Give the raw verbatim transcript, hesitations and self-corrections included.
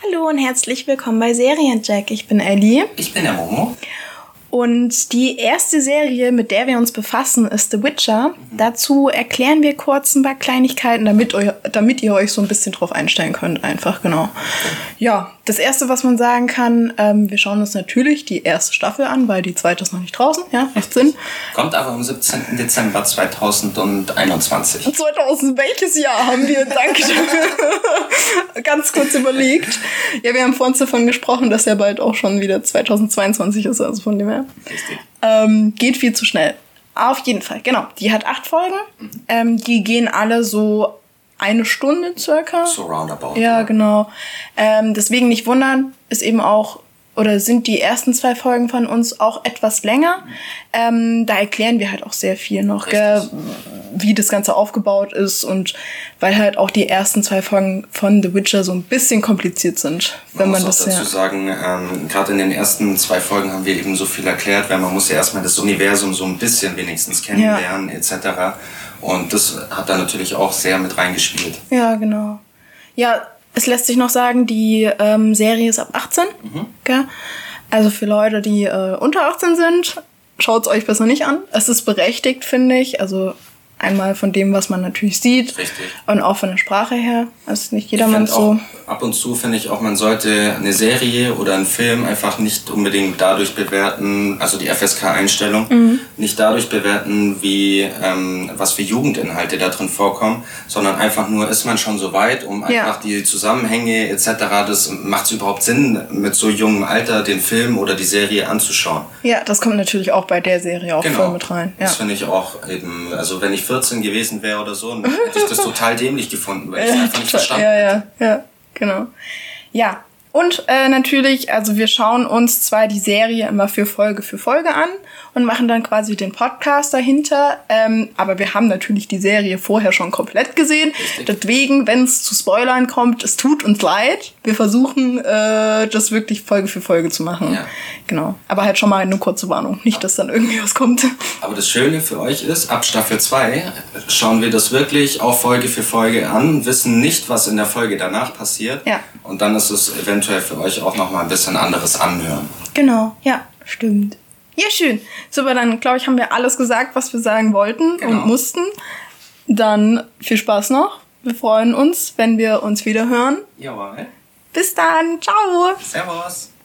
Hallo und herzlich willkommen bei Serienjack. Ich bin Ellie. Ich bin der Momo. Und die erste Serie, mit der wir uns befassen, ist The Witcher. Mhm. Dazu erklären wir kurz ein paar Kleinigkeiten, damit, eu- damit ihr euch so ein bisschen drauf einstellen könnt. Einfach, genau. Ja, das Erste, was man sagen kann, ähm, wir schauen uns natürlich die erste Staffel an, weil die zweite ist noch nicht draußen. Ja, macht Sinn. Kommt aber am siebzehnten Dezember zweitausendeinundzwanzig. zweitausend, welches Jahr haben wir? Danke dafür. Ganz kurz überlegt. Ja, wir haben vorhin davon gesprochen, dass ja bald auch schon wieder zweitausendzweiundzwanzig ist, also von dem her. Richtig. Ähm, geht viel zu schnell. Auf jeden Fall, genau. Die hat acht Folgen. Mhm. Ähm, die gehen alle so eine Stunde circa. So roundabout. Ja, genau. Ähm, deswegen nicht wundern, ist eben auch, oder sind die ersten zwei Folgen von uns auch etwas länger. Mhm. Ähm, da erklären wir halt auch sehr viel noch, gell, wie das Ganze aufgebaut ist und weil halt auch die ersten zwei Folgen von The Witcher so ein bisschen kompliziert sind. Wenn man, man muss das auch dazu ja sagen, ähm, gerade in den ersten zwei Folgen haben wir eben so viel erklärt, weil man muss ja erstmal das Universum so ein bisschen wenigstens kennenlernen, ja, et cetera. Und das hat da natürlich auch sehr mit reingespielt. Ja, genau. Ja, es lässt sich noch sagen, die ähm, Serie ist ab achtzehn. Mhm. Gell? Also für Leute, die äh, unter achtzehn sind, schaut's euch besser nicht an. Es ist berechtigt, finde ich. Also einmal von dem, was man natürlich sieht. Richtig. Und auch von der Sprache her. Also nicht jedermann so. Auch, ab und zu finde ich auch, man sollte eine Serie oder einen Film einfach nicht unbedingt dadurch bewerten, also die F S K-Einstellung, mhm. nicht dadurch bewerten, wie ähm, was für Jugendinhalte da drin vorkommen, sondern einfach nur, ist man schon so weit, um ja. einfach die Zusammenhänge et cetera, das macht es überhaupt Sinn, mit so jungem Alter den Film oder die Serie anzuschauen. Ja, das kommt natürlich auch bei der Serie auch genau. voll mit rein. Ja. Das finde ich auch eben, also wenn ich vierzehn gewesen wäre oder so, dann hätte ich das total dämlich gefunden, weil ich es einfach nicht verstanden ja, hätte. Ja, ja, genau. Ja, und äh, natürlich, also wir schauen uns zwar die Serie immer für Folge für Folge an und machen dann quasi den Podcast dahinter, ähm, aber wir haben natürlich die Serie vorher schon komplett gesehen. Richtig. Deswegen, wenn es zu Spoilern kommt, es tut uns leid. Wir versuchen, äh, das wirklich Folge für Folge zu machen. Ja. Genau. Aber halt schon mal eine kurze Warnung, nicht, dass dann irgendwie was kommt. Aber das Schöne für euch ist, ab Staffel zwei schauen wir das wirklich auch Folge für Folge an, wissen nicht, was in der Folge danach passiert. Ja. Und dann ist es eventuell für euch auch nochmal ein bisschen anderes Anhören. Genau, ja, stimmt. Ja, schön. Super, dann glaube ich, haben wir alles gesagt, was wir sagen wollten genau. und mussten. Dann viel Spaß noch. Wir freuen uns, wenn wir uns wieder hören. Jawohl. Bis dann. Ciao. Servus.